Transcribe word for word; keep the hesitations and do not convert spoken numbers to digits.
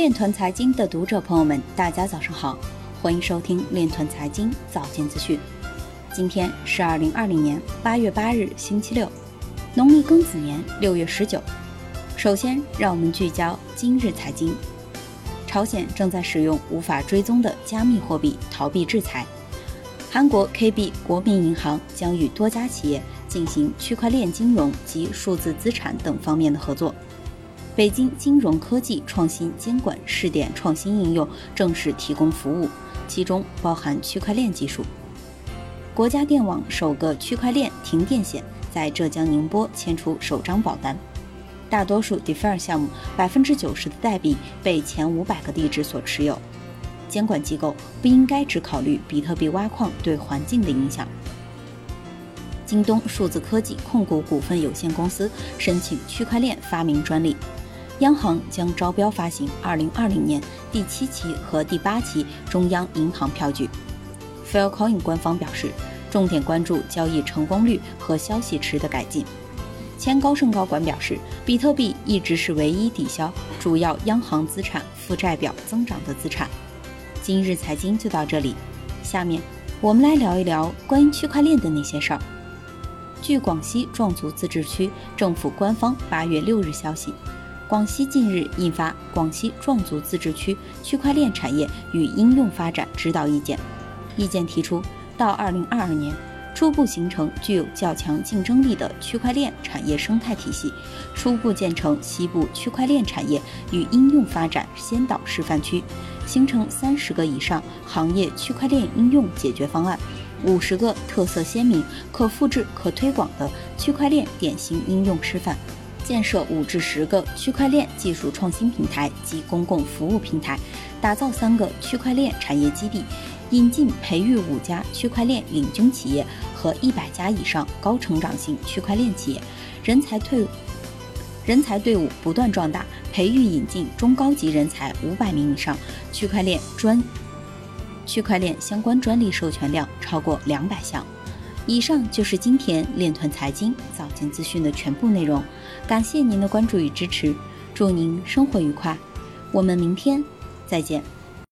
链团财经的读者朋友们，大家早上好，欢迎收听链团财经早间资讯。今天是二零二零年八月八日，星期六，农历庚子年六月十九。首先，让我们聚焦今日财经。朝鲜正在使用无法追踪的加密货币逃避制裁。韩国 K B 国民银行将与多家企业进行区块链金融及数字资产等方面的合作。北京金融科技创新监管试点创新应用正式提供服务，其中包含区块链技术。国家电网首个区块链停电险在浙江宁波签出首张保单。大多数 DeFi 项目 百分之九十 的代币被前五百个地址所持有。监管机构不应该只考虑比特币挖矿对环境的影响。京东数字科技控股股份有限公司申请区块链发明专利。央行将招标发行二零二零年第七期和第八期中央银行票据。Filecoin 官方表示，重点关注交易成功率和消息池的改进。前高盛高管表示，比特币一直是唯一抵消主要央行资产负债表增长的资产。今日财经就到这里，下面我们来聊一聊关于区块链的那些事儿。据广西壮族自治区政府官方八月六日消息，广西近日印发《广西壮族自治区区块链产业与应用发展指导意见》。意见提出，到二零二二年，初步形成具有较强竞争力的区块链产业生态体系，初步建成西部区块链产业与应用发展先导示范区，形成三十个以上行业区块链应用解决方案，五十个特色鲜明、可复制、可推广的区块链典型应用示范。建设五至十个区块链技术创新平台及公共服务平台，打造三个区块链产业基地，引进培育五家区块链领军企业和一百家以上高成长性区块链企业，人才退人才队伍不断壮大，培育引进中高级人才五百名以上，区块链专区块链相关专利授权量超过两百项。以上就是今天链团财经早间资讯的全部内容，感谢您的关注与支持，祝您生活愉快，我们明天再见。